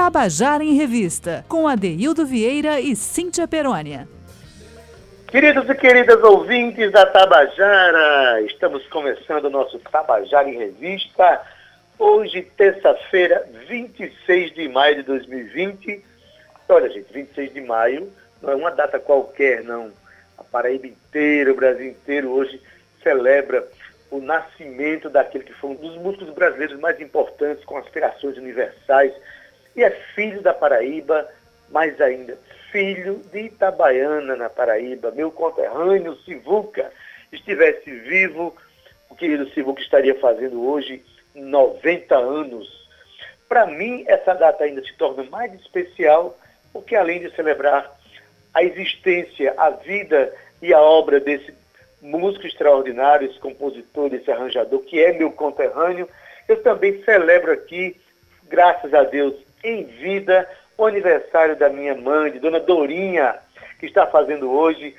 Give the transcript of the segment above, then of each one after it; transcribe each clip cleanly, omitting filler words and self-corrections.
Tabajara em Revista, com Adeildo Vieira e Cíntia Perônia. Queridos e queridas ouvintes da Tabajara, estamos começando o nosso Tabajara em Revista. Hoje, terça-feira, 26 de maio de 2020. Olha, gente, 26 de maio não é uma data qualquer, não. A Paraíba inteira, o Brasil inteiro hoje celebra o nascimento daquele que foi um dos músicos brasileiros mais importantes, com aspirações universais. E é filho da Paraíba, mais ainda, filho de Itabaiana, na Paraíba. Meu conterrâneo, Sivuca, estivesse vivo, o querido Sivuca estaria fazendo hoje 90 anos. Para mim, essa data ainda se torna mais especial, porque além de celebrar a existência, a vida e a obra desse músico extraordinário, esse compositor, esse arranjador, que é meu conterrâneo, eu também celebro aqui, graças a Deus, em vida, o aniversário da minha mãe, de Dona Dorinha, que está fazendo hoje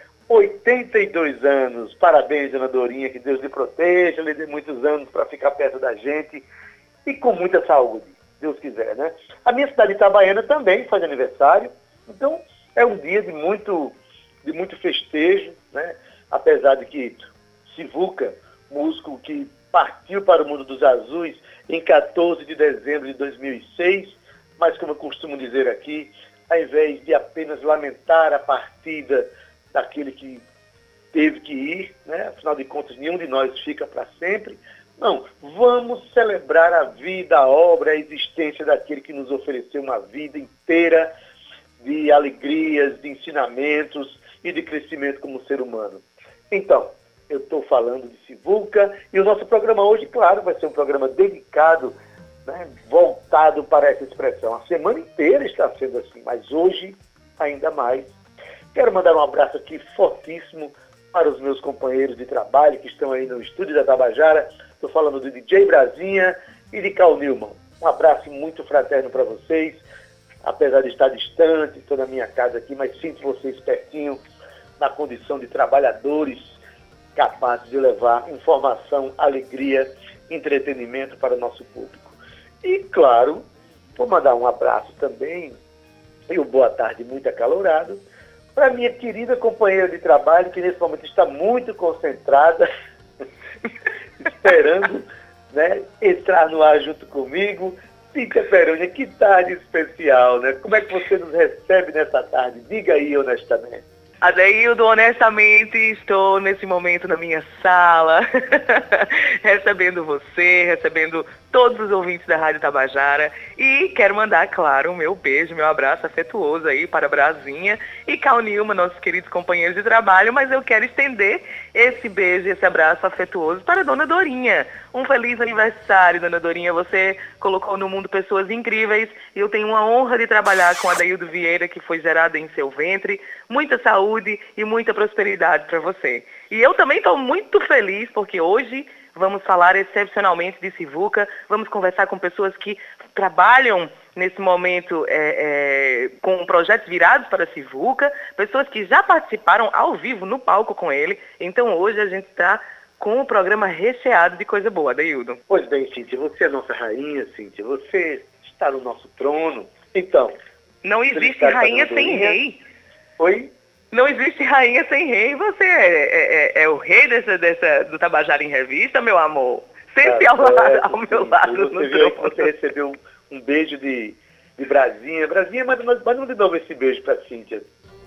82 anos. Parabéns, Dona Dorinha, que Deus lhe proteja, lhe dê muitos anos para ficar perto da gente e com muita saúde, Deus quiser, né? A minha cidade Itabaiana também faz aniversário, então é um dia de muito festejo, né? Apesar de que Sivuca, músico que partiu para o mundo dos azuis em 14 de dezembro de 2006, mas como eu costumo dizer aqui, ao invés de apenas lamentar a partida daquele que teve que ir, né? Afinal de contas, nenhum de nós fica para sempre. Não, vamos celebrar a vida, a obra, a existência daquele que nos ofereceu uma vida inteira de alegrias, de ensinamentos e de crescimento como ser humano. Então, eu estou falando de Sivuca e o nosso programa hoje, claro, vai ser um programa dedicado, né, voltado para essa expressão. A semana inteira está sendo assim, mas hoje ainda mais. Quero mandar um abraço aqui fortíssimo para os meus companheiros de trabalho que estão aí no estúdio da Tabajara. Estou falando do DJ Brasinha e de Carl Newman. Um abraço muito fraterno para vocês. Apesar de estar distante, estou na minha casa aqui, mas sinto vocês pertinho, na condição de trabalhadores capazes de levar informação, alegria, entretenimento para o nosso público. E, claro, vou mandar um abraço também e uma boa tarde muito acalorado para minha querida companheira de trabalho, que nesse momento está muito concentrada, esperando, né, entrar no ar junto comigo. Cíntia Perônia, que tarde especial, né? Como é que você nos recebe nessa tarde? Diga aí honestamente. Adeildo, honestamente, estou nesse momento na minha sala, recebendo você, recebendo todos os ouvintes da Rádio Tabajara e quero mandar, claro, o meu beijo, meu abraço afetuoso aí para Brasinha e Carl Newman, nossos queridos companheiros de trabalho, mas eu quero estender esse beijo, esse abraço afetuoso para Dona Dorinha. Um feliz aniversário, Dona Dorinha, você colocou no mundo pessoas incríveis e eu tenho uma honra de trabalhar com Adeildo Vieira, que foi gerada em seu ventre. Muita saúde e muita prosperidade para você. E eu também estou muito feliz porque hoje vamos falar excepcionalmente de Sivuca, vamos conversar com pessoas que trabalham nesse momento com projetos virados para Sivuca, pessoas que já participaram ao vivo no palco com ele. Então hoje a gente está com um programa recheado de coisa boa, Adeildo. Pois bem, Cíntia, você é nossa rainha, Cíntia, você está no nosso trono. Então, não existe rainha sem rei. Oi? Não existe rainha sem rei. Você é o rei do Tabajara em Revista, meu amor. Sempre ao meu lado. Você viu que você recebeu um beijo de Brasinha. Brasinha, manda de novo esse beijo pra Cíntia.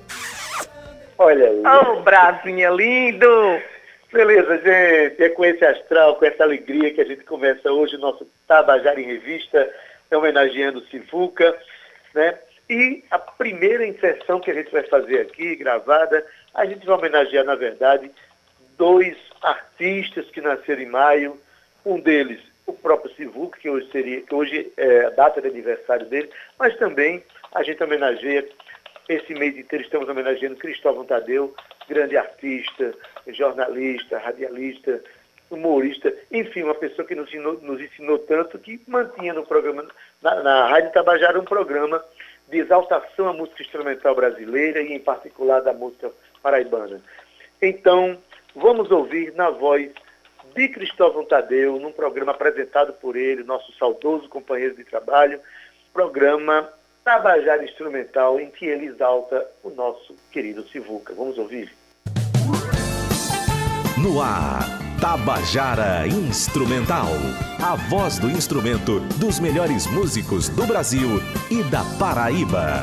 Olha aí. Oh, Brasinha, lindo! Beleza, gente. É com esse astral, com essa alegria que a gente começa hoje o nosso Tabajara em Revista, homenageando Sivuca, né? E a primeira inserção que a gente vai fazer aqui, gravada, a gente vai homenagear, na verdade, dois artistas que nasceram em maio. Um deles, o próprio Sivuca, que hoje é a data de aniversário dele, mas também a gente homenageia, esse mês inteiro estamos homenageando Cristóvão Tadeu, grande artista, jornalista, radialista, humorista, enfim, uma pessoa que nos ensinou tanto, que mantinha no programa, na Rádio Tabajara, um programa de exaltação à música instrumental brasileira e, em particular, da música paraibana. Então, vamos ouvir na voz de Cristóvão Tadeu, num programa apresentado por ele, nosso saudoso companheiro de trabalho, programa Tabajara Instrumental, em que ele exalta o nosso querido Sivuca. Vamos ouvir? No ar, Tabajara Instrumental. A voz do instrumento dos melhores músicos do Brasil e da Paraíba.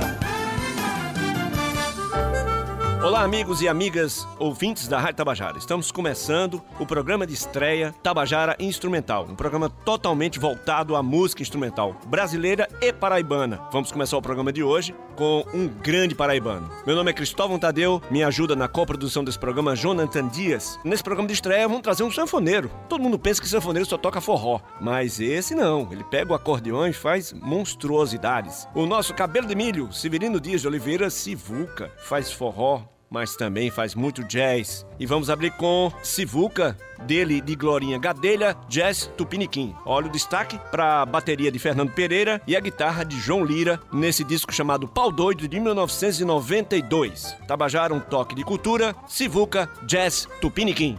Olá, amigos e amigas ouvintes da Rádio Tabajara. Estamos começando o programa de estreia Tabajara Instrumental, um programa totalmente voltado à música instrumental brasileira e paraibana. Vamos começar o programa de hoje com um grande paraibano. Meu nome é Cristóvão Tadeu, me ajuda na coprodução desse programa Jonathan Dias. Nesse programa de estreia vamos trazer um sanfoneiro. Todo mundo pensa que sanfoneiro só toca forró, mas esse não, ele pega o acordeão e faz monstruosidades. O nosso cabelo de milho, Severino Dias de Oliveira Sivuca, faz forró, mas também faz muito jazz. E vamos abrir com Sivuca, dele de Glorinha Gadelha, Jazz Tupiniquim. Olha o destaque para a bateria de Fernando Pereira e a guitarra de João Lira, nesse disco chamado Pau Doido, de 1992. Tabajara, um toque de cultura, Sivuca, Jazz Tupiniquim.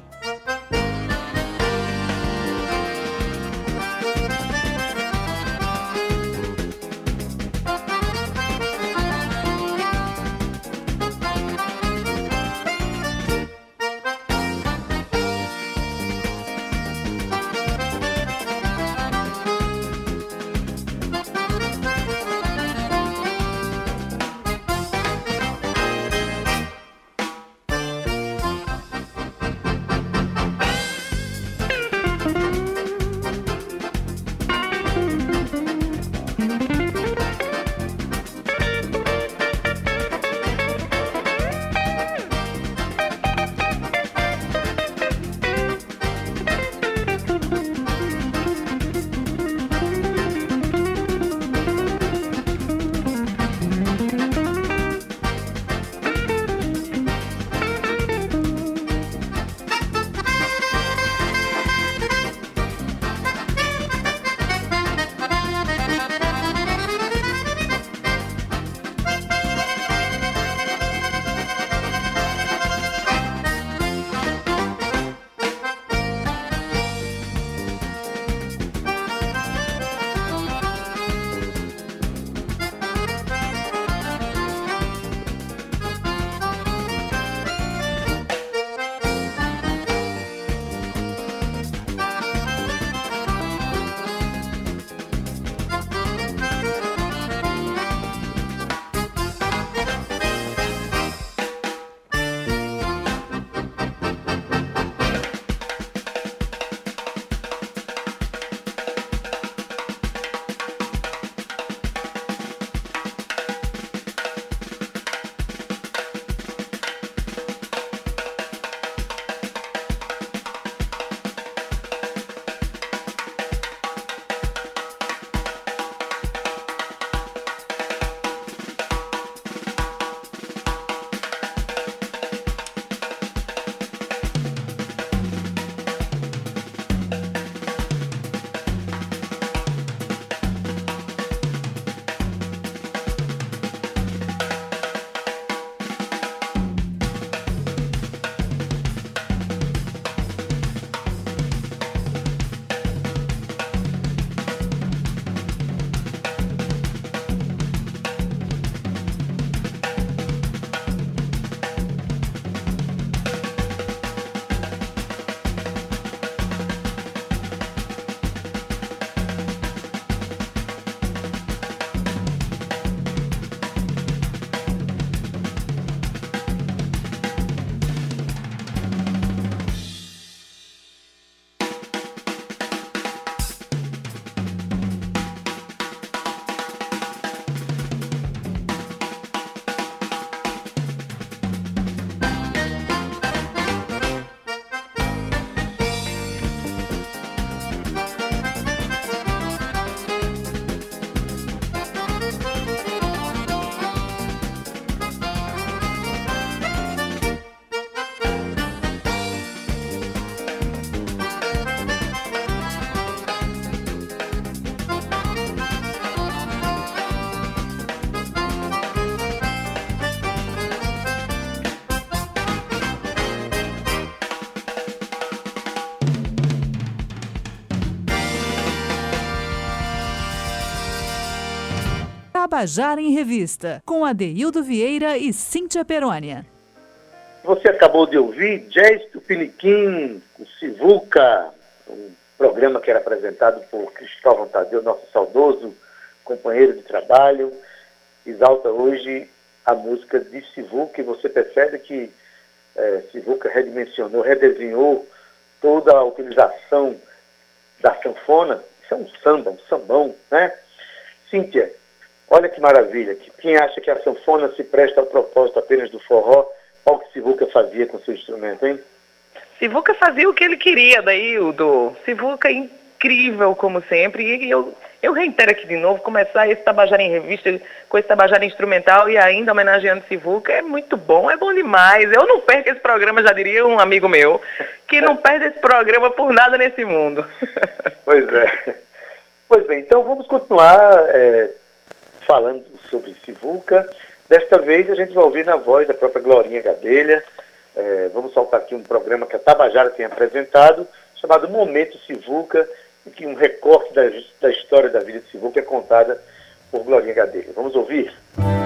Tabajara em Revista, com Adeildo Vieira e Cíntia Perônia. Você acabou de ouvir Jazz Tupiniquim, o Sivuca, um programa que era apresentado por Cristóvão Tadeu, nosso saudoso companheiro de trabalho. Exalta hoje a música de Sivuca, e você percebe que Sivuca redimensionou, redesenhou toda a utilização da sanfona. Isso é um samba, um sambão, né? Cíntia, olha que maravilha. Quem acha que a sanfona se presta ao propósito apenas do forró, olha o que Sivuca fazia com seu instrumento, hein? Sivuca fazia o que ele queria, Adeildo. Sivuca é incrível, como sempre. E eu reitero aqui de novo, começar esse Tabajara em Revista com esse Tabajara instrumental e ainda homenageando Sivuca é muito bom, é bom demais. Eu não perco esse programa, já diria um amigo meu, que não perde esse programa por nada nesse mundo. Pois é. Pois bem, então vamos continuar falando sobre Sivuca. Desta vez a gente vai ouvir na voz da própria Glorinha Gadelha. Vamos soltar aqui um programa que a Tabajara tem apresentado, chamado Momento Sivuca, em que um recorte da história da vida de Sivuca é contada por Glorinha Gadelha. Vamos ouvir?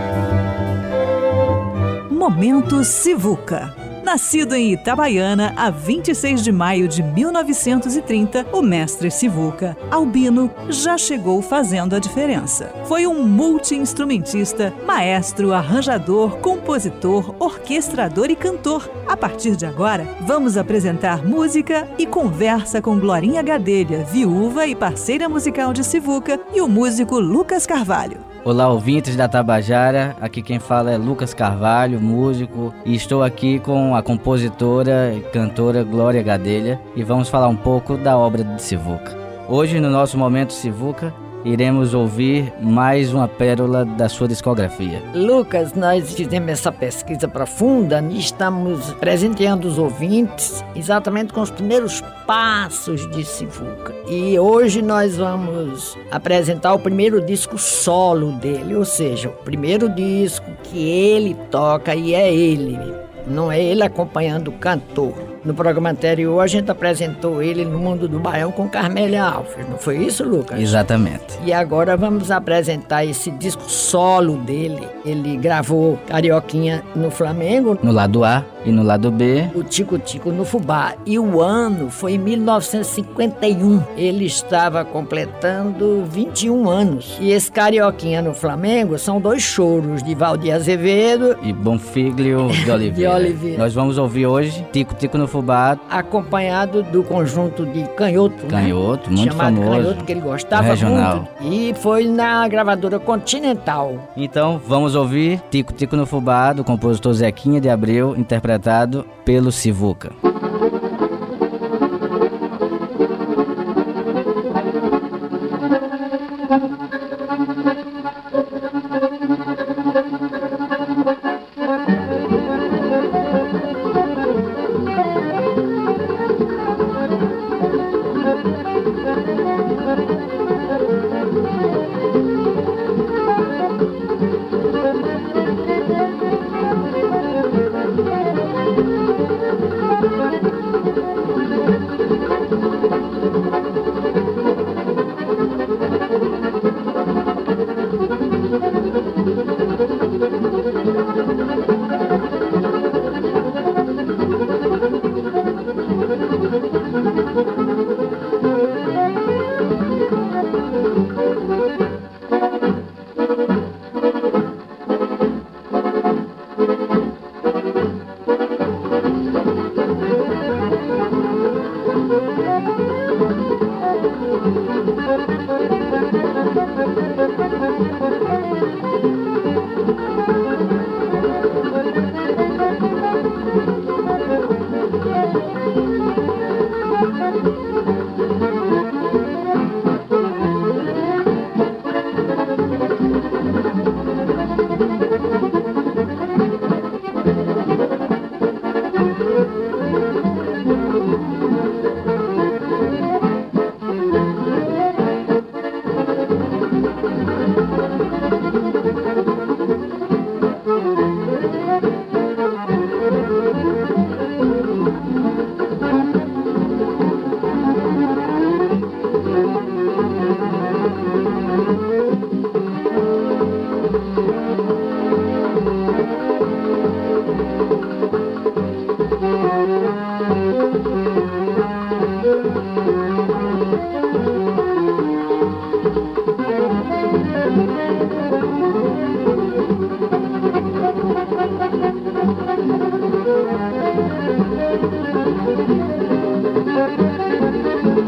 Momento Sivuca. Nascido em Itabaiana, a 26 de maio de 1930, o mestre Sivuca, albino, já chegou fazendo a diferença. Foi um multi-instrumentista, maestro, arranjador, compositor, orquestrador e cantor. A partir de agora, vamos apresentar música e conversa com Glorinha Gadelha, viúva e parceira musical de Sivuca, e o músico Lucas Carvalho. Olá, ouvintes da Tabajara, aqui quem fala é Lucas Carvalho, músico, e estou aqui com a compositora e cantora Glória Gadelha e vamos falar um pouco da obra de Sivuca. Hoje, no nosso Momento Sivuca, iremos ouvir mais uma pérola da sua discografia. Lucas, nós fizemos essa pesquisa profunda e estamos presenteando os ouvintes exatamente com os primeiros passos de Sivuca. E hoje nós vamos apresentar o primeiro disco solo dele, ou seja, o primeiro disco que ele toca e é ele, não é ele acompanhando o cantor. No programa anterior, a gente apresentou ele no Mundo do Baião com Carmélia Alves, não foi isso, Lucas? Exatamente. E agora vamos apresentar esse disco solo dele. Ele gravou Carioquinha no Flamengo, no lado A e no lado B, o Tico Tico no Fubá. E o ano foi em 1951. Ele estava completando 21 anos. E esse Carioquinha no Flamengo são 2 choros de Valdir Azevedo e Bonfiglio de Oliveira. Nós vamos ouvir hoje Tico Tico no Fubá, acompanhado do conjunto de Canhoto, Canhoto, muito chamado famoso, Canhoto, que ele gostava regional. Muito. E foi na gravadora Continental. Então vamos ouvir Tico Tico no Fubá, do compositor Zequinha de Abreu, interpretado pelo Sivuca.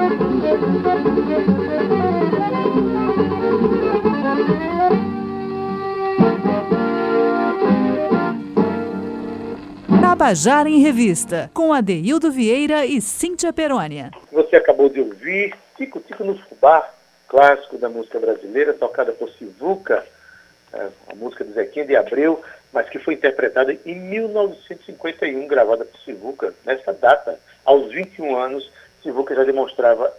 Tabajara em Revista, com Adeildo Vieira e Cíntia Perônia. Você acabou de ouvir Tico Tico no Fubá, clássico da música brasileira, tocada por Sivuca, a música de Zequinha de Abreu, mas que foi interpretada em 1951, gravada por Sivuca. Nessa data, aos 21 anos, Sivuca já demonstrava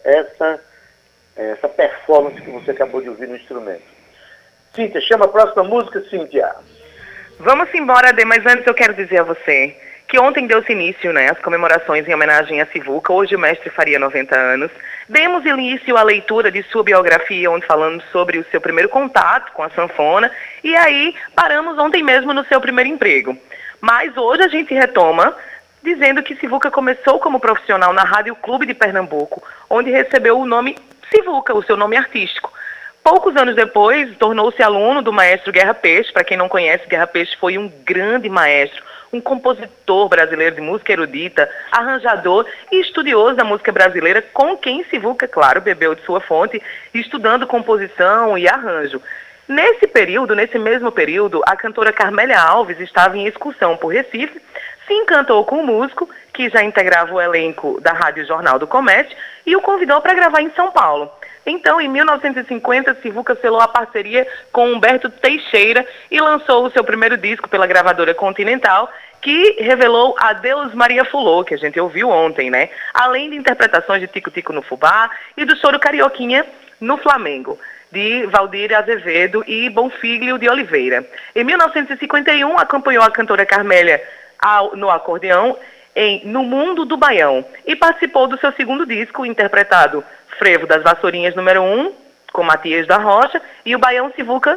essa performance que você acabou de ouvir no instrumento. Cíntia, chama a próxima música, Cíntia. Vamos embora, Ade, mas antes eu quero dizer a você que ontem deu-se início, as comemorações em homenagem a Sivuca. Hoje o mestre faria 90 anos. Demos início à leitura de sua biografia, onde falamos sobre o seu primeiro contato com a sanfona, e aí paramos ontem mesmo no seu primeiro emprego. Mas hoje a gente retoma dizendo que Sivuca começou como profissional na Rádio Clube de Pernambuco, onde recebeu o nome Sivuca, o seu nome artístico. Poucos anos depois, tornou-se aluno do maestro Guerra Peixe. Para quem não conhece, Guerra Peixe foi um grande maestro, um compositor brasileiro de música erudita, arranjador e estudioso da música brasileira, com quem Sivuca, claro, bebeu de sua fonte, estudando composição e arranjo. Nesse mesmo período, a cantora Carmélia Alves estava em excursão por Recife, se encantou com o músico, que já integrava o elenco da Rádio Jornal do Comércio, e o convidou para gravar em São Paulo. Então, em 1950, Sivuca selou a parceria com Humberto Teixeira e lançou o seu primeiro disco pela gravadora Continental, que revelou Adeus Maria Fulô, que a gente ouviu ontem, Além de interpretações de Tico Tico no Fubá e do Choro Carioquinha no Flamengo, de Valdir Azevedo e Bonfíglio de Oliveira. Em 1951, acompanhou a cantora Carmélia no acordeão No Mundo do Baião e participou do seu segundo disco, interpretado Frevo das Vassourinhas número 1, com Matias da Rocha, e o Baião Sivuca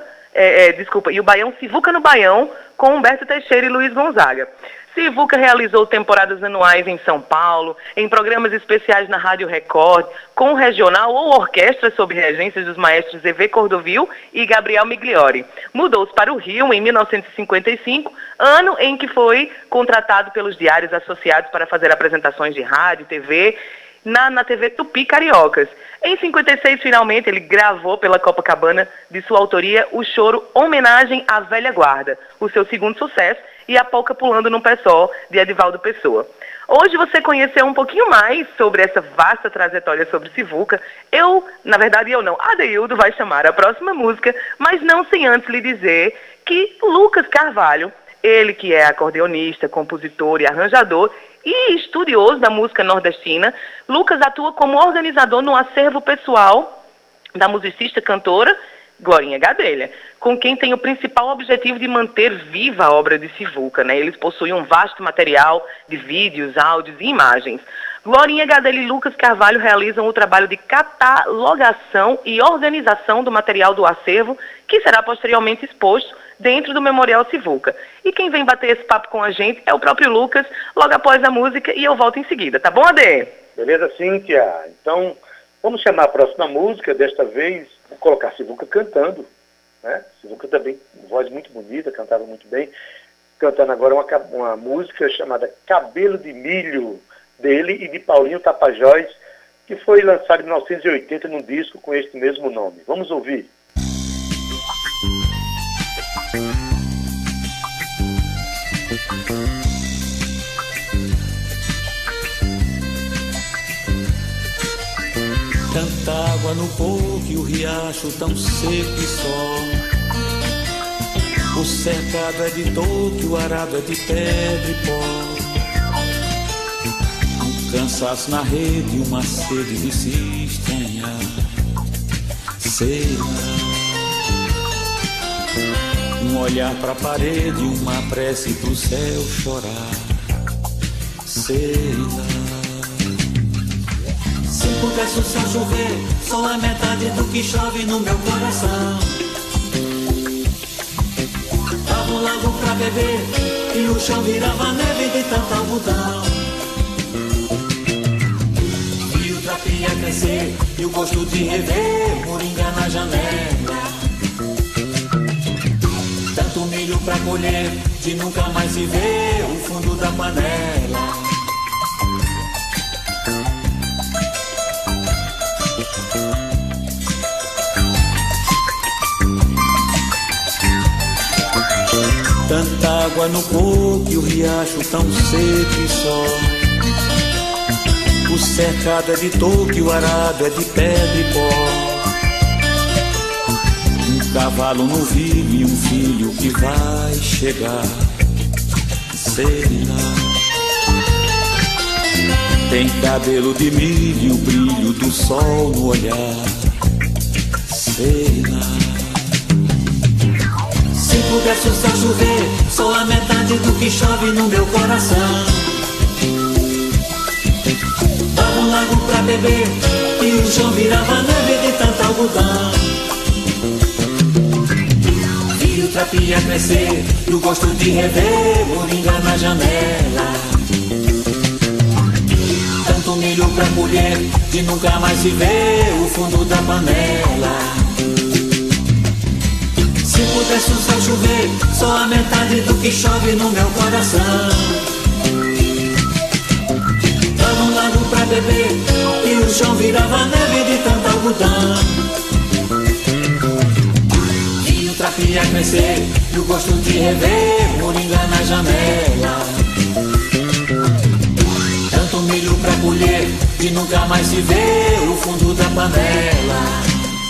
no Baião, com Humberto Teixeira e Luiz Gonzaga. Sivuca realizou temporadas anuais em São Paulo, em programas especiais na Rádio Record, com regional ou orquestra sob regências dos maestros Zé Cordovil e Gabriel Migliori. Mudou-se para o Rio em 1955, ano em que foi contratado pelos diários associados para fazer apresentações de rádio, TV, na TV Tupi Cariocas. Em 56, finalmente, ele gravou pela Copacabana, de sua autoria, o choro Homenagem à Velha Guarda, o seu segundo sucesso, e a Polca Pulando no Pé Só, de Edivaldo Pessoa. Hoje você conheceu um pouquinho mais sobre essa vasta trajetória sobre Sivuca. Adeildo vai chamar a próxima música, mas não sem antes lhe dizer que Lucas Carvalho, ele que é acordeonista, compositor e arranjador, e estudioso da música nordestina, Lucas atua como organizador no acervo pessoal da musicista cantora Glorinha Gadelha, com quem tem o principal objetivo de manter viva a obra de Sivuca. Eles possuem um vasto material de vídeos, áudios e imagens. Glorinha Gadelha e Lucas Carvalho realizam o trabalho de catalogação e organização do material do acervo, que será posteriormente exposto dentro do Memorial Sivuca. E quem vem bater esse papo com a gente é o próprio Lucas, logo após a música, e eu volto em seguida. Tá bom, Ade? Beleza, Cíntia. Então, vamos chamar a próxima música. Desta vez, vou colocar Sivuca cantando, Sivuca também, voz muito bonita, cantava muito bem. Cantando agora uma música chamada Cabelo de Milho, dele e de Paulinho Tapajós, que foi lançado em 1980 num disco com este mesmo nome. Vamos ouvir. Tanta água no povo e o riacho tão seco e só. O cercado é de toque, o arado é de pedra e pó. Um cansaço na rede, uma sede de se estranhar. Sei lá. Um olhar pra parede, uma prece pro céu chorar. Sei lá. Se pudesse o céu chover, só a metade do que chove no meu coração. Dava um lago pra beber e o chão virava neve de tanto algodão. Vi o trapinha crescer e o gosto de rever moringa na janela. Tanto milho pra colher, de nunca mais se ver o fundo da panela. tanta água no coco e o riacho tão seco e só. O cercado é de toco e o arado é de pedra e pó. Um cavalo no vilho e um filho que vai chegar. Serena. Tem cabelo de milho e o brilho do sol no olhar. Serena. Se pudesse o céu chover, só a metade do que chove no meu coração. Dava um lago pra beber e o chão virava neve de tanto algodão. Vi o trapia crescer e o gosto de rever moringa na janela. Tanto milho pra colher de nunca mais se vê o fundo da panela. Se pudesse o céu chover, só a metade do que chove no meu coração. Dava um lago pra beber e o chão virava neve de tanto algodão. Vi o trapia crescer e o gosto de rever moringa na janela. Tanto milho pra colher que nunca mais se vê o fundo da panela.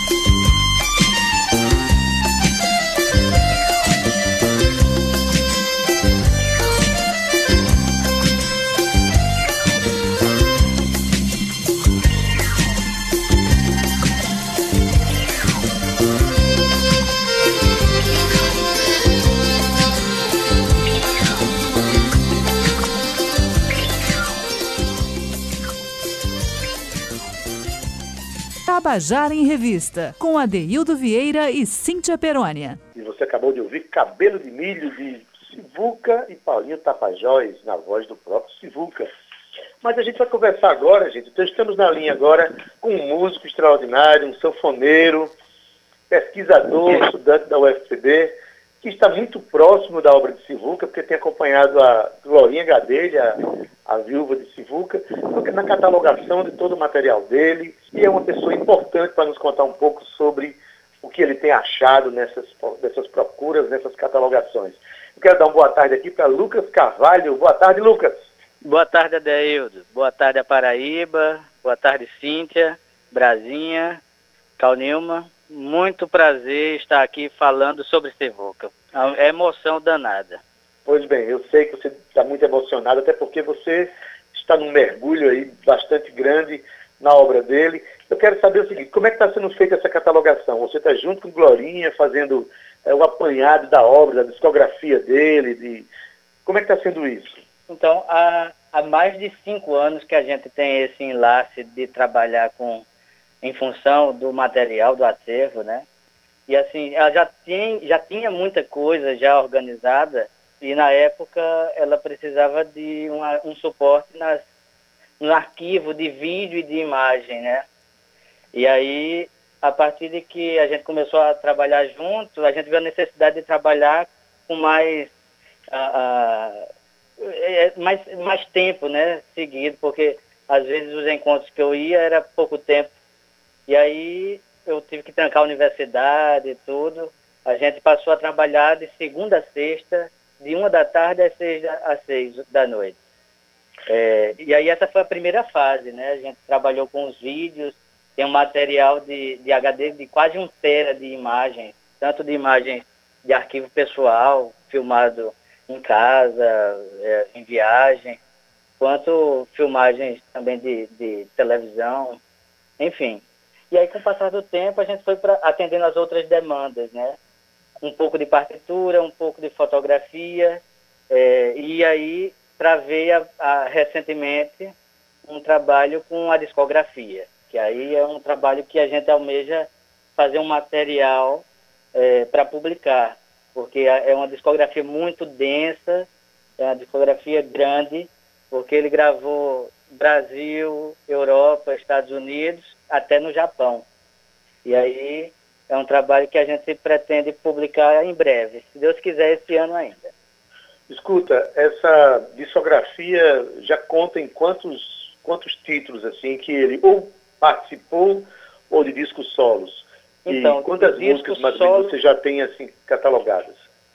Tabajara em Revista, com Adeildo Vieira e Cíntia Perônia. E você acabou de ouvir Cabelo de Milho, de Sivuca e Paulinho Tapajós, na voz do próprio Sivuca. Mas a gente vai conversar agora, gente. Então estamos na linha agora com um músico extraordinário, um sanfoneiro, pesquisador, estudante da UFPB, que está muito próximo da obra de Sivuca, porque tem acompanhado a Glorinha Gadelha, a viúva de Sivuca, na catalogação de todo o material dele, e é uma pessoa importante para nos contar um pouco sobre o que ele tem achado nessas procuras, nessas catalogações. Eu quero dar uma boa tarde aqui para Lucas Carvalho. Boa tarde, Lucas. Boa tarde, Adeildo. Boa tarde, a Paraíba. Boa tarde, Cíntia, Brasinha, Calnilma. Muito prazer estar aqui falando sobre Sivuca. É emoção danada. Pois bem, eu sei que você está muito emocionado, até porque você está num mergulho aí bastante grande na obra dele. Eu quero saber o seguinte, como é que está sendo feita essa catalogação? Você está junto com Glorinha, fazendo o apanhado da obra, da discografia dele, como é que está sendo isso? Então, há mais de 5 anos que a gente tem esse enlace de trabalhar em função do material, do acervo, né? E assim, ela já tinha muita coisa já organizada, e na época ela precisava de um suporte no arquivo de vídeo e de imagem, né? E aí, a partir de que a gente começou a trabalhar junto, a gente viu a necessidade de trabalhar com mais tempo, né? Seguido, porque às vezes os encontros que eu ia era pouco tempo. E aí eu tive que trancar a universidade e tudo. A gente passou a trabalhar de segunda a sexta, de 1 da tarde às 6 da noite. E aí essa foi a primeira fase, né? A gente trabalhou com os vídeos, tem um material de HD de quase 1 tera de imagens, tanto de imagens de arquivo pessoal, filmado em casa, em viagem, quanto filmagens também de televisão, enfim. E aí, com o passar do tempo, a gente foi atendendo as outras demandas, né? Um pouco de partitura, um pouco de fotografia, e aí travei recentemente um trabalho com a discografia, que aí é um trabalho que a gente almeja fazer um material para publicar, porque é uma discografia muito densa, é uma discografia grande, porque ele gravou Brasil, Europa, Estados Unidos, até no Japão. E aí é um trabalho que a gente pretende publicar em breve, se Deus quiser, esse ano ainda. Escuta, essa discografia já conta em quantos títulos, assim, que ele ou participou ou de discos solos? Então, e quantas músicas mais ou menos você já tem, assim, catalogadas?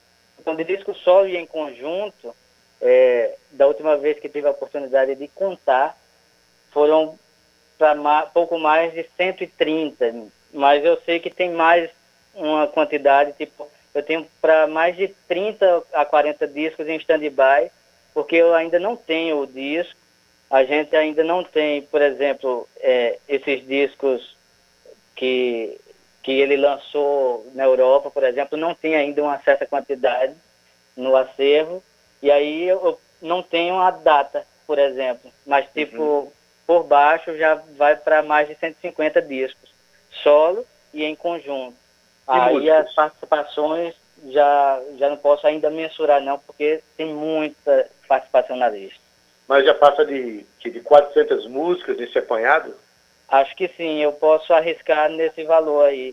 questão de disco solo e em conjunto, da última vez que tive a oportunidade de contar, foram para pouco mais de 130, mas eu sei que tem mais uma quantidade, tipo, eu tenho para mais de 30 a 40 discos em stand-by, porque eu ainda não tenho o disco, a gente ainda não tem, por exemplo, esses discos que ele lançou na Europa, por exemplo, não tem ainda uma certa quantidade no acervo, e aí eu não tenho a data, por exemplo, mas tipo, por baixo já vai para mais de 150 discos, solo e em conjunto. Aí músicas? As participações já não posso ainda mensurar não, porque tem muita participação na lista. Mas já passa de 400 músicas nesse apanhado? Acho que sim, eu posso arriscar nesse valor aí.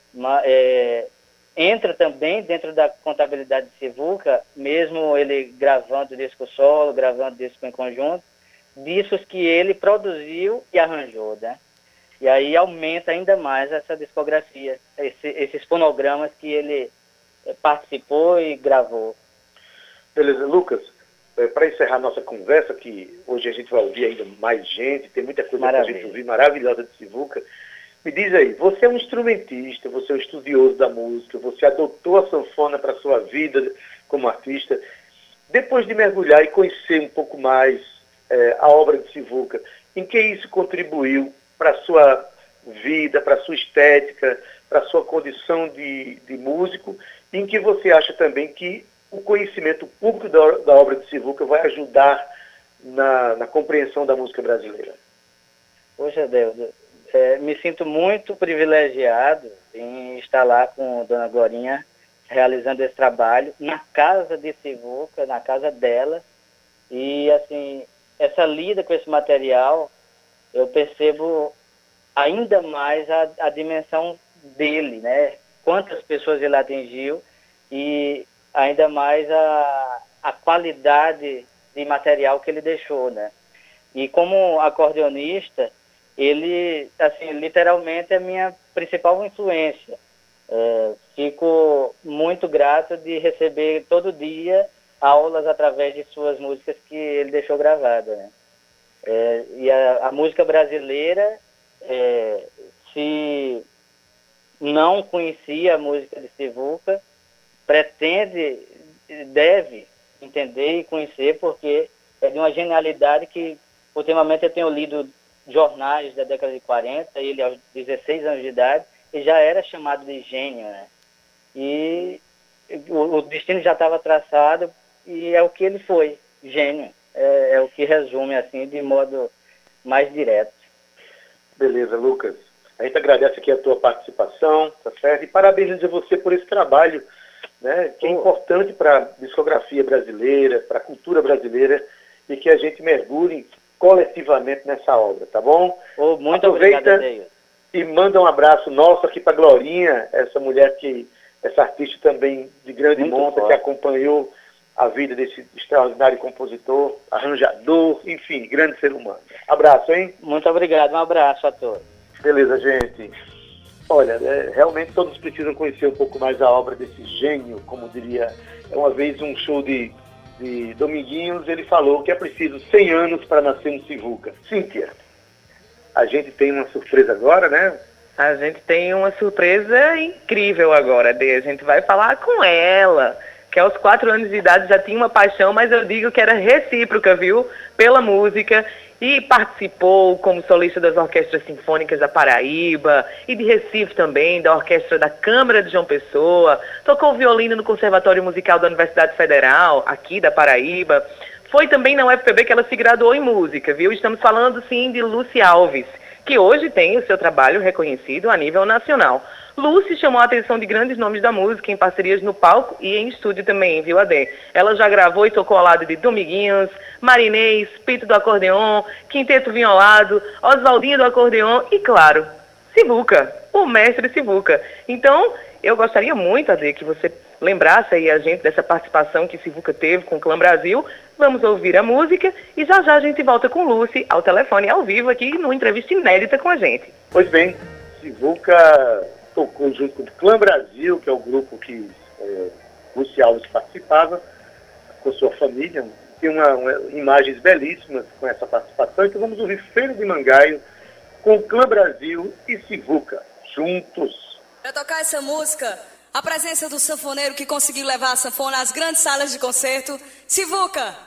Entra também dentro da contabilidade de Sivuca, mesmo ele gravando disco solo, gravando disco em conjunto, discos que ele produziu e arranjou, né? E aí aumenta ainda mais essa discografia, esses fonogramas que ele participou e gravou. Beleza, Lucas, para encerrar nossa conversa, que hoje a gente vai ouvir ainda mais gente, tem muita coisa para a gente ouvir maravilhosa de Sivuca. Me diz aí, você é um instrumentista, você é um estudioso da música, você adotou a sanfona para a sua vida como artista. Depois de mergulhar e conhecer um pouco mais a obra de Sivuca, em que isso contribuiu para a sua vida, para a sua estética, para a sua condição de músico, e em que você acha também que o conhecimento público da obra de Sivuca vai ajudar na compreensão da música brasileira? Poxa Deus, me sinto muito privilegiado em estar lá com Dona Glorinha realizando esse trabalho na casa de Sivuca, na casa dela, e assim, essa lida com esse material, eu percebo ainda mais a dimensão dele, né? Quantas pessoas ele atingiu e ainda mais a qualidade de material que ele deixou, né? E como acordeonista, ele, assim, literalmente é a minha principal influência. Fico muito grato de receber todo dia aulas através de suas músicas que ele deixou gravadas, né? E a música brasileira, se não conhecia a música de Sivuca, deve entender e conhecer, porque é de uma genialidade que, ultimamente, eu tenho lido jornais da década de 40, ele aos 16 anos de idade, e já era chamado de gênio, né? E o destino já estava traçado, e é o que ele foi, gênio. É o que resume, assim, de modo mais direto. Beleza, Lucas. A gente agradece aqui a tua participação, tá certo? E parabeniza você por esse trabalho, né, que é importante para a discografia brasileira, para a cultura brasileira, e que a gente mergulhe coletivamente nessa obra, tá bom? Muito obrigado, e manda um abraço nosso aqui para Glorinha, essa artista também de grande monta, que acompanhou a vida desse extraordinário compositor, arranjador, enfim, grande ser humano. Abraço, hein? Muito obrigado, um abraço a todos. Beleza, gente. Olha, realmente todos precisam conhecer um pouco mais a obra desse gênio, como diria, uma vez um show de Dominguinhos, ele falou que é preciso 100 anos para nascer um Sivuca. Cíntia, a gente tem uma surpresa agora, né? A gente tem uma surpresa incrível agora, Dê. A gente vai falar com ela, que aos 4 anos de idade já tinha uma paixão, mas eu digo que era recíproca, viu? Pela música, e participou como solista das orquestras sinfônicas da Paraíba e de Recife também, da orquestra da Câmara de João Pessoa, tocou violino no Conservatório Musical da Universidade Federal, aqui da Paraíba. Foi também na UFPB que ela se graduou em música, viu? Estamos falando, sim, de Lucy Alves, que hoje tem o seu trabalho reconhecido a nível nacional. Lucy chamou a atenção de grandes nomes da música em parcerias no palco e em estúdio também, viu, Adê? Ela já gravou e tocou ao lado de Dominguinhos, Marinês, Pito do Acordeon, Quinteto Vinholado, Oswaldinho do Acordeon e, claro, Sivuca, o mestre Sivuca. Então, eu gostaria muito, Adê, que você lembrasse aí a gente dessa participação que Sivuca teve com o Clã Brasil. Vamos ouvir a música e já já a gente volta com Lucy ao telefone ao vivo aqui numa entrevista inédita com a gente. Pois bem, Sivuca tocou junto com o Clã Brasil, que é o grupo que Lúcio Alves participava com sua família. Tem imagens belíssimas com essa participação. Então vamos ouvir Feira de Mangaio com Clã Brasil e Sivuca, juntos. Para tocar essa música, a presença do sanfoneiro que conseguiu levar a sanfona às grandes salas de concerto, Sivuca.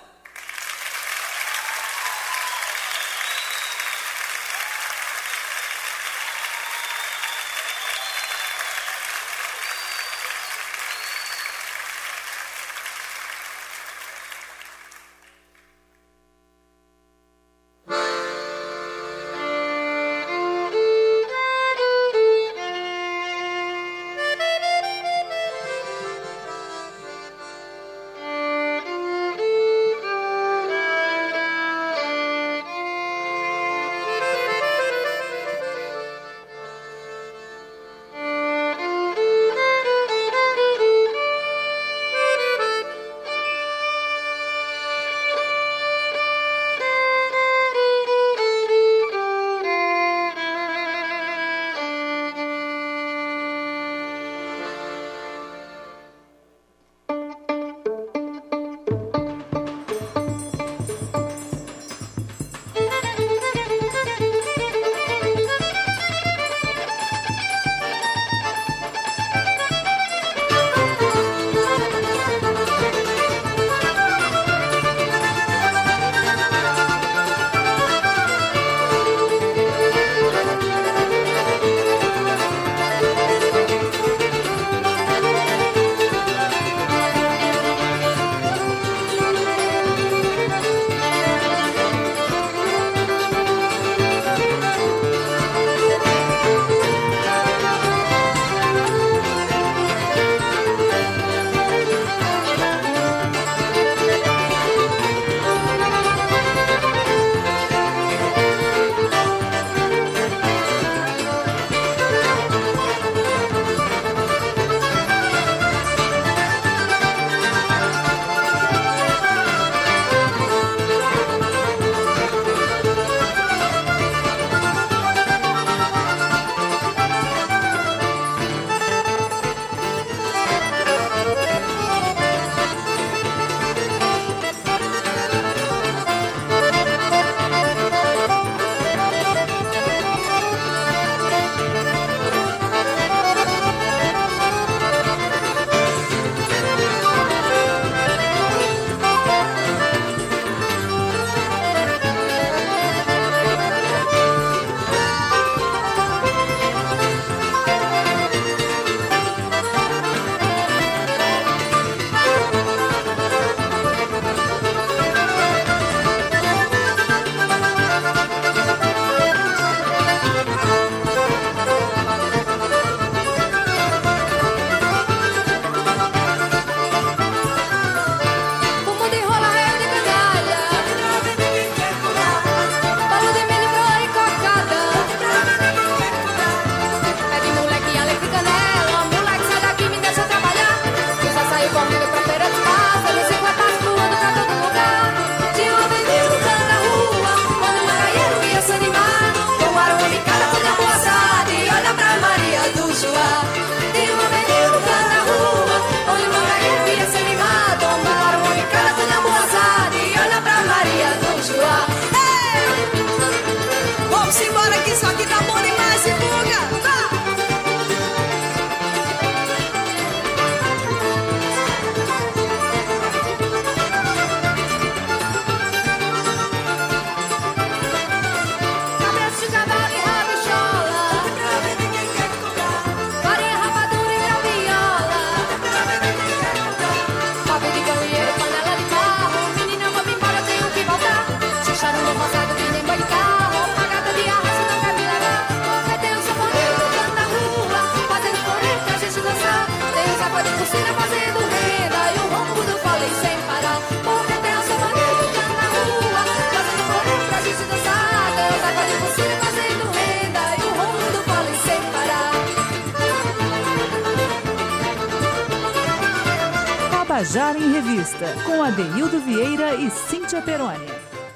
Tabajara em Revista, com Adeildo Vieira e Cíntia Peroni.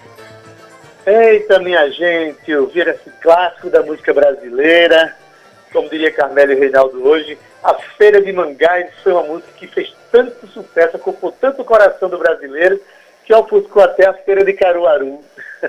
Eita, minha gente, ouvir esse clássico da música brasileira, como diria Carmelo e Reinaldo hoje, a Feira de Manguais foi uma música que fez tanto sucesso, ocupou tanto o coração do brasileiro, que ofuscou até a Feira de Caruaru.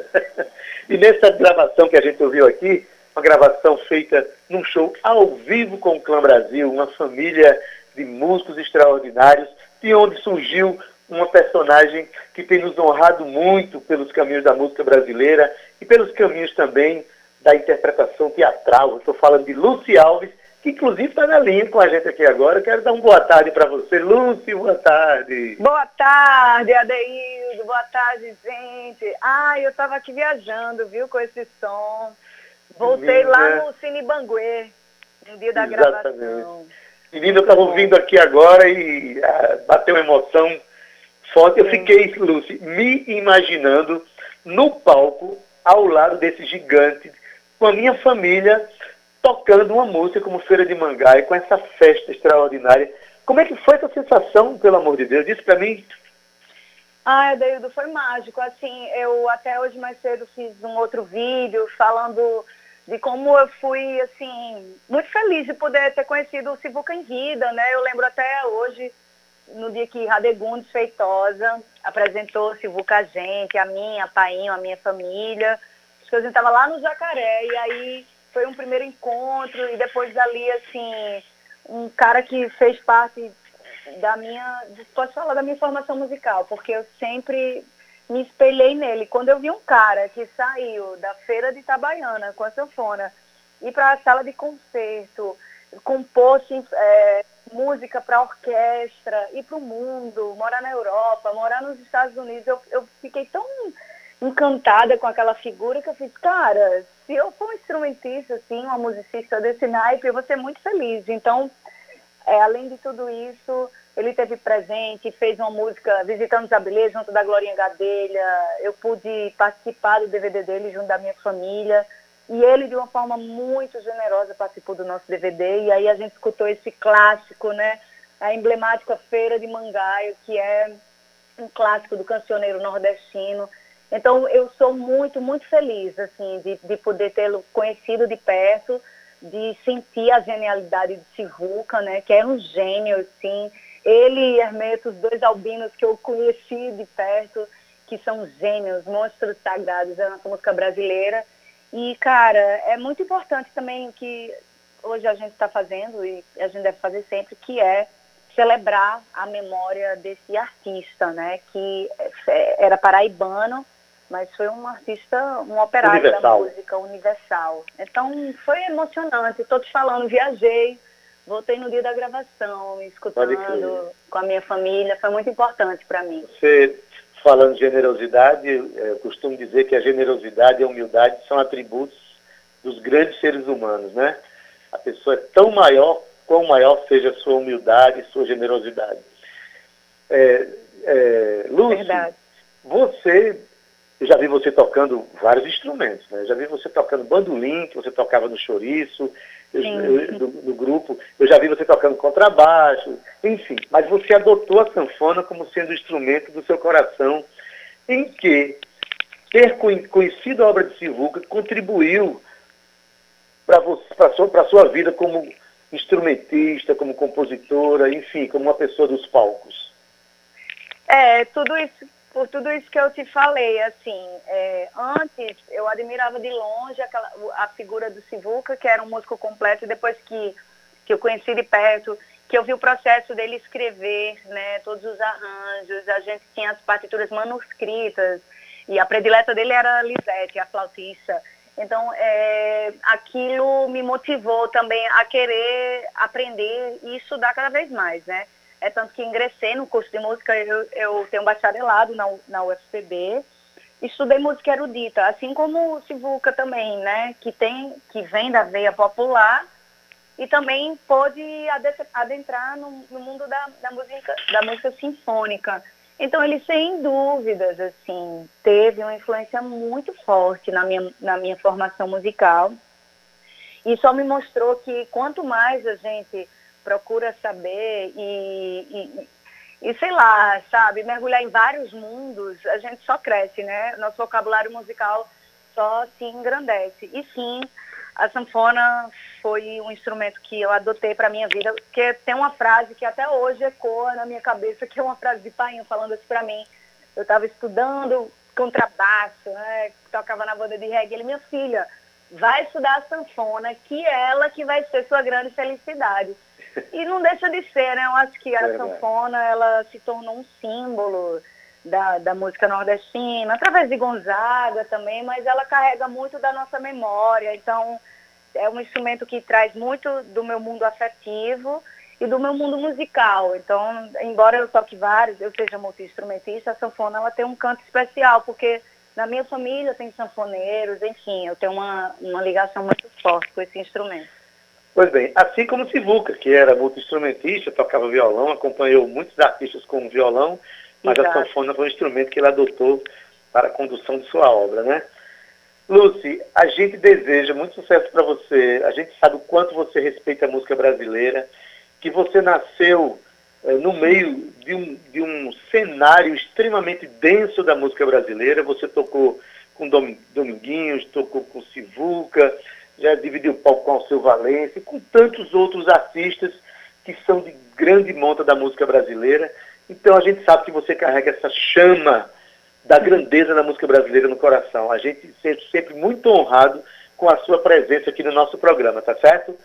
E nessa gravação que a gente ouviu aqui, uma gravação feita num show ao vivo com o Clã Brasil, uma família de músicos extraordinários, de onde surgiu uma personagem que tem nos honrado muito pelos caminhos da música brasileira e pelos caminhos também da interpretação teatral. Eu estou falando de Lúcia Alves, que inclusive está na linha com a gente aqui agora. Eu quero dar uma boa tarde para você. Lúcia, boa tarde. Boa tarde, Adeildo. Boa tarde, gente. Eu estava aqui viajando, viu, com esse som. Voltei lá no Cine Banguê, no dia da gravação. Menina, eu estava ouvindo aqui agora e bateu uma emoção forte. Eu fiquei, Lúcia, me imaginando no palco, ao lado desse gigante, com a minha família, tocando uma música como Feira de Manguais, com essa festa extraordinária. Como é que foi essa sensação, pelo amor de Deus? Diz para mim. Adeildo, foi mágico. Assim, eu até hoje mais cedo fiz um outro vídeo falando de como eu fui, assim, muito feliz de poder ter conhecido o Sivuca em vida, né? Eu lembro até hoje, no dia que Radegundes Feitosa apresentou o Sivuca a gente, a mim, a Painho, a minha família. Acho que a gente estava lá no Jacaré, e aí foi um primeiro encontro, e depois dali, assim, um cara que fez parte da minha, posso falar da minha formação musical, porque eu sempre me espelhei nele. Quando eu vi um cara que saiu da Feira de Itabaiana com a sanfona, ir para a sala de concerto, compôs música para orquestra, ir para o mundo, morar na Europa, morar nos Estados Unidos, eu fiquei tão encantada com aquela figura que eu fiz, cara, se eu for um instrumentista, assim, uma musicista desse naipe, eu vou ser muito feliz. Então, além de tudo isso, ele esteve presente, fez uma música Visitando os Abilés, junto da Glorinha Gadelha. Eu pude participar do DVD dele junto da minha família. E ele, de uma forma muito generosa, participou do nosso DVD. E aí a gente escutou esse clássico, né? A emblemática Feira de Mangaio, que é um clássico do cancioneiro nordestino. Então, eu sou muito, muito feliz, assim, de poder tê-lo conhecido de perto, de sentir a genialidade de Sivuca, né? Que é um gênio, assim. Ele e Hermeto, os dois albinos que eu conheci de perto, que são gênios, monstros sagrados da nossa música brasileira. E, cara, é muito importante também o que hoje a gente está fazendo, e a gente deve fazer sempre, que é celebrar a memória desse artista, né? Que era paraibano, mas foi um artista, um operário da música universal. Então, foi emocionante. Estou te falando, viajei, voltei no dia da gravação, escutando com a minha família. Foi muito importante para mim. Você, falando de generosidade, eu costumo dizer que a generosidade e a humildade são atributos dos grandes seres humanos, né? A pessoa é tão maior, quão maior seja a sua humildade e sua generosidade. Lúcia, verdade. Eu já vi você tocando vários instrumentos, né? Eu já vi você tocando bandolim, que você tocava no chouriço, no grupo. Eu já vi você tocando contrabaixo, enfim. Mas você adotou a sanfona como sendo o instrumento do seu coração, em que ter conhecido a obra de Sivuca contribuiu para a sua vida como instrumentista, como compositora, enfim, como uma pessoa dos palcos. Por tudo isso que eu te falei, assim, antes eu admirava de longe a figura do Sivuca, que era um músico completo, e depois que eu conheci de perto, que eu vi o processo dele escrever, né, todos os arranjos, a gente tinha as partituras manuscritas, e a predileta dele era a Lisete, a flautista. Então, aquilo me motivou também a querer aprender e estudar cada vez mais, né? Tanto que ingressei no curso de música, eu tenho um bacharelado na UFPB, estudei música erudita, assim como o Sivuca também, né, que vem da veia popular e também pôde adentrar no mundo da música sinfônica. Então ele, sem dúvidas, assim, teve uma influência muito forte na minha formação musical, e só me mostrou que quanto mais a gente procura saber e sei lá, sabe, mergulhar em vários mundos, a gente só cresce, né? Nosso vocabulário musical só se engrandece. E sim, a sanfona foi um instrumento que eu adotei para minha vida, porque tem uma frase que até hoje ecoa na minha cabeça, que é uma frase de painho falando assim para mim. Eu estava estudando contrabaixo, né, tocava na banda de reggae. Ele, minha filha, vai estudar a sanfona, que é ela que vai ser sua grande felicidade. E não deixa de ser, né? Eu acho que a sanfona, ela se tornou um símbolo da música nordestina, através de Gonzaga também, mas ela carrega muito da nossa memória. Então, é um instrumento que traz muito do meu mundo afetivo e do meu mundo musical. Então, embora eu toque vários, eu seja multi-instrumentista, a sanfona ela tem um canto especial, porque na minha família tem sanfoneiros, enfim, eu tenho uma ligação muito forte com esse instrumento. Pois bem, assim como Sivuca, que era multi-instrumentista, tocava violão, acompanhou muitos artistas com violão, mas a sanfona foi um instrumento que ele adotou para a condução de sua obra, né? Lucy, a gente deseja muito sucesso para você, a gente sabe o quanto você respeita a música brasileira, que você nasceu no meio de um cenário extremamente denso da música brasileira. Você tocou com Dominguinhos, tocou com Sivuca, já dividiu o palco com Alceu Valença, e com tantos outros artistas que são de grande monta da música brasileira. Então a gente sabe que você carrega essa chama da grandeza da música brasileira no coração. A gente se sente sempre muito honrado com a sua presença aqui no nosso programa, tá certo?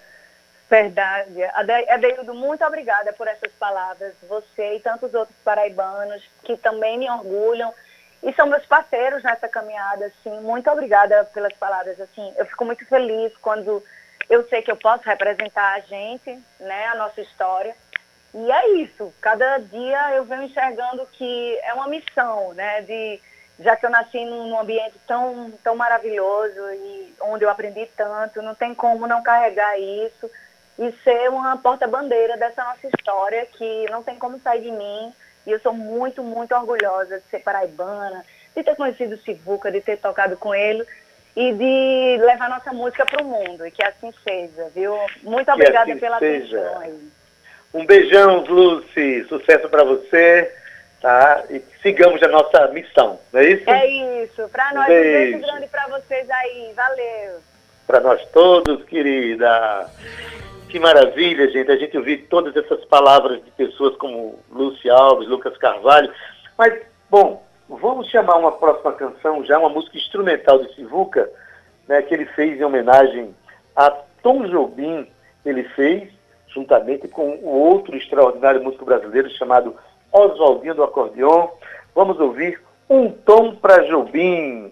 Verdade. Adeildo, muito obrigada por essas palavras. Você e tantos outros paraibanos que também me orgulham e são meus parceiros nessa caminhada, assim. Muito obrigada pelas palavras, assim. Eu fico muito feliz quando eu sei que eu posso representar a gente, né, a nossa história. E é isso. Cada dia eu venho enxergando que é uma missão, né, já que eu nasci num ambiente tão maravilhoso e onde eu aprendi tanto, não tem como não carregar isso e ser uma porta-bandeira dessa nossa história que não tem como sair de mim. E eu sou muito, muito orgulhosa de ser paraibana, de ter conhecido o Sivuca, de ter tocado com ele e de levar nossa música para o mundo. E que assim seja, viu? Muito obrigada pela atenção aí. Um beijão, Lucy. Sucesso para você, tá? E sigamos a nossa missão, não é isso? É isso. Para nós, um beijo grande para vocês aí. Valeu. Para nós todos, querida. Que maravilha, gente, a gente ouvir todas essas palavras de pessoas como Lúcia Alves, Lucas Carvalho. Mas, bom, vamos chamar uma próxima canção, já uma música instrumental de Sivuca, né, que ele fez em homenagem a Tom Jobim. Ele fez, juntamente com o outro extraordinário músico brasileiro chamado Oswaldinho do Acordeon. Vamos ouvir Um Tom para Jobim.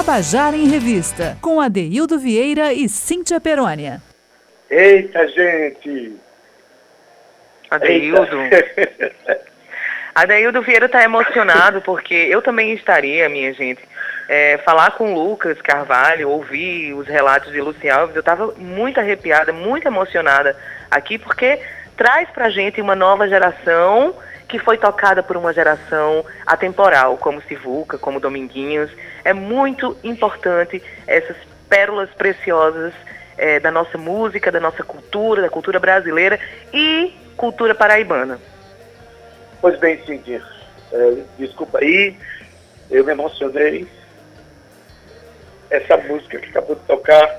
Tabajara em Revista, com Adeildo Vieira e Cíntia Perônia. Eita, gente! Adeildo. Adeildo Vieira está emocionado, porque eu também estaria, minha gente, falar com o Lucas Carvalho, ouvir os relatos de Lúcia Alves, eu estava muito arrepiada, muito emocionada aqui, porque traz pra gente uma nova geração que foi tocada por uma geração atemporal, como Sivuca, como Dominguinhos. É muito importante essas pérolas preciosas da nossa música, da nossa cultura, da cultura brasileira e cultura paraibana. Pois bem, Cíntia, desculpa aí, eu me emocionei. Essa música que acabou de tocar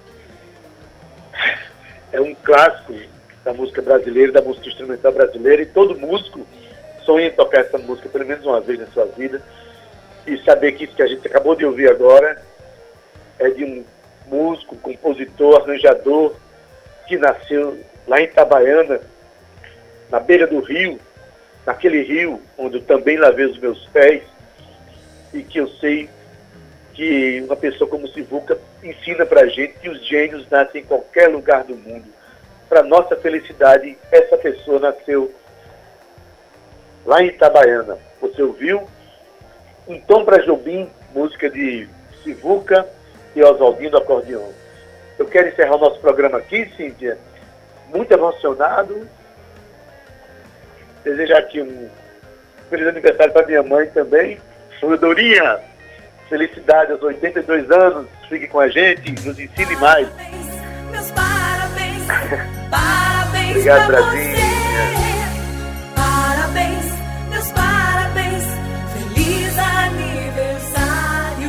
é um clássico da música brasileira, da música instrumental brasileira, e todo músico sonha em tocar essa música pelo menos uma vez na sua vida, e saber que isso que a gente acabou de ouvir agora é de um músico, compositor, arranjador, que nasceu lá em Itabaiana, na beira do rio, naquele rio onde eu também lavei os meus pés, e que eu sei que uma pessoa como Sivuca ensina pra gente que os gênios nascem em qualquer lugar do mundo. Para nossa felicidade, essa pessoa nasceu lá em Itabaiana. Você ouviu? Um Tom para Jobim, música de Sivuca e Oswaldinho Acordeon. Eu quero encerrar o nosso programa aqui, Cíntia, muito emocionado. Desejar aqui um feliz aniversário para minha mãe também. Dorinha, felicidade aos 82 anos. Fique com a gente, nos ensine mais. Meus parabéns, parabéns. Obrigado, Brasil. Parabéns, meus parabéns. Feliz aniversário.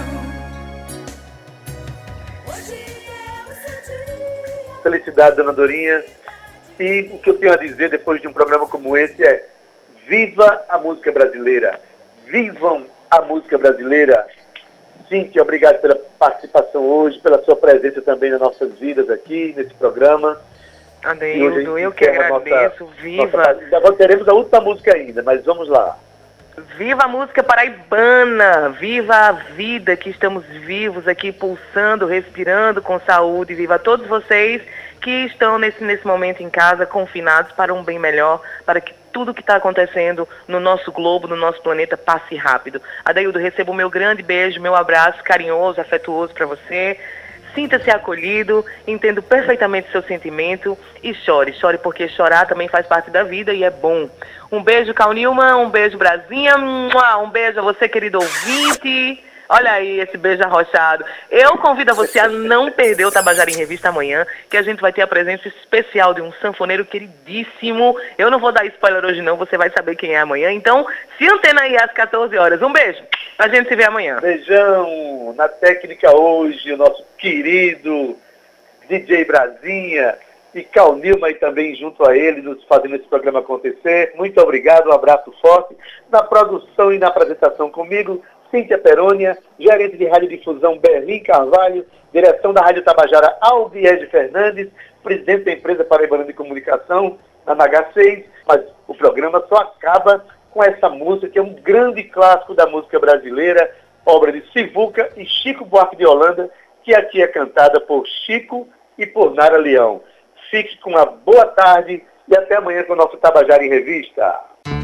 Hoje é o seu dia. Felicidade, dona Dorinha. E o que eu tenho a dizer depois de um programa como esse é: viva a música brasileira. Vivam a música brasileira. Cíntia, obrigado pela participação hoje, pela sua presença também nas nossas vidas aqui, nesse programa. Adeildo, eu que agradeço. Viva! Agora teremos a última música ainda, mas vamos lá. Viva a música paraibana! Viva a vida, que estamos vivos aqui, pulsando, respirando com saúde. Viva a todos vocês que estão nesse momento em casa, confinados, para um bem melhor, para que tudo que está acontecendo no nosso globo, no nosso planeta, passe rápido. Adeildo, receba o meu grande beijo, meu abraço carinhoso, afetuoso para você. Sinta-se acolhido, entendo perfeitamente seu sentimento e chore. Chore, porque chorar também faz parte da vida e é bom. Um beijo, Cal Nilman, um beijo, Brasinha, um beijo a você, querido ouvinte. Olha aí esse beijo arrochado. Eu convido a você a não perder o Tabajara em Revista amanhã, que a gente vai ter a presença especial de um sanfoneiro queridíssimo. Eu não vou dar spoiler hoje não, você vai saber quem é amanhã. Então, se antena aí às 14 horas. Um beijo, pra gente se ver amanhã. Beijão. Na técnica hoje, o nosso querido DJ Brasinha e Cal Nilman aí também junto a ele, nos fazendo esse programa acontecer. Muito obrigado, um abraço forte. Na produção e na apresentação comigo, Cíntia Perônia, gerente de radiodifusão Berlim Carvalho, direção da Rádio Tabajara Albiege Fernandes, presidente da empresa Paraibana de Comunicação, na NH6, mas o programa só acaba com essa música, que é um grande clássico da música brasileira, obra de Sivuca e Chico Buarque de Holanda, que aqui é cantada por Chico e por Nara Leão. Fique com uma boa tarde e até amanhã com o nosso Tabajara em Revista.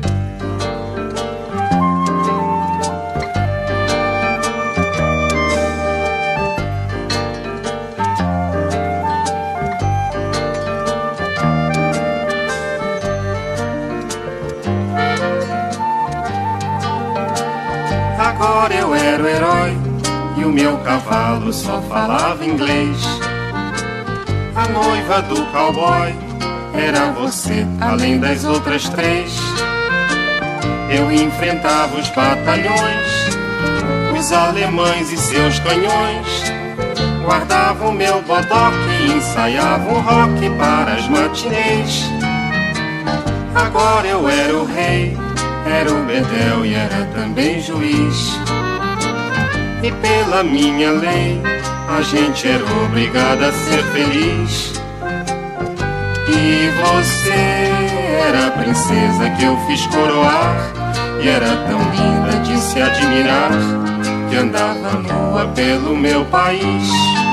Agora eu era o herói e o meu cavalo só falava inglês. A noiva do cowboy era você, além das outras três. Eu enfrentava os batalhões, os alemães e seus canhões. Guardava o meu bodoque e ensaiava um rock para as matinês. Agora eu era o rei, era o bedel e era também juiz. E pela minha lei, a gente era obrigado a ser feliz. E você era a princesa que eu fiz coroar, e era tão linda de se admirar, que andava nua pelo meu país.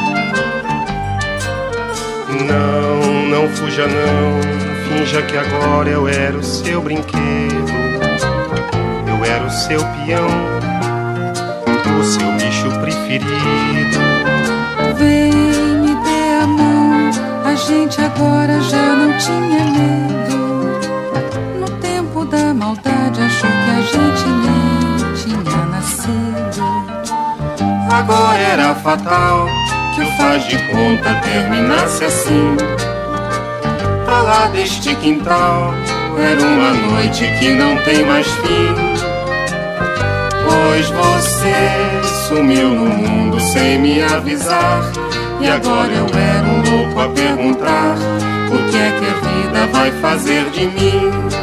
Não fuja não, finja que agora eu era o seu brinquedo. Eu era o seu peão, o seu bicho preferido. Vem, me dê a mão, a gente agora já não tinha medo. No tempo da maldade achou que a gente nem tinha nascido. Agora era fatal que o faz de conta terminasse assim. Pra lá deste quintal era uma noite que não tem mais fim. Pois você sumiu no mundo sem me avisar. E agora eu era um louco a perguntar: o que é que a vida vai fazer de mim?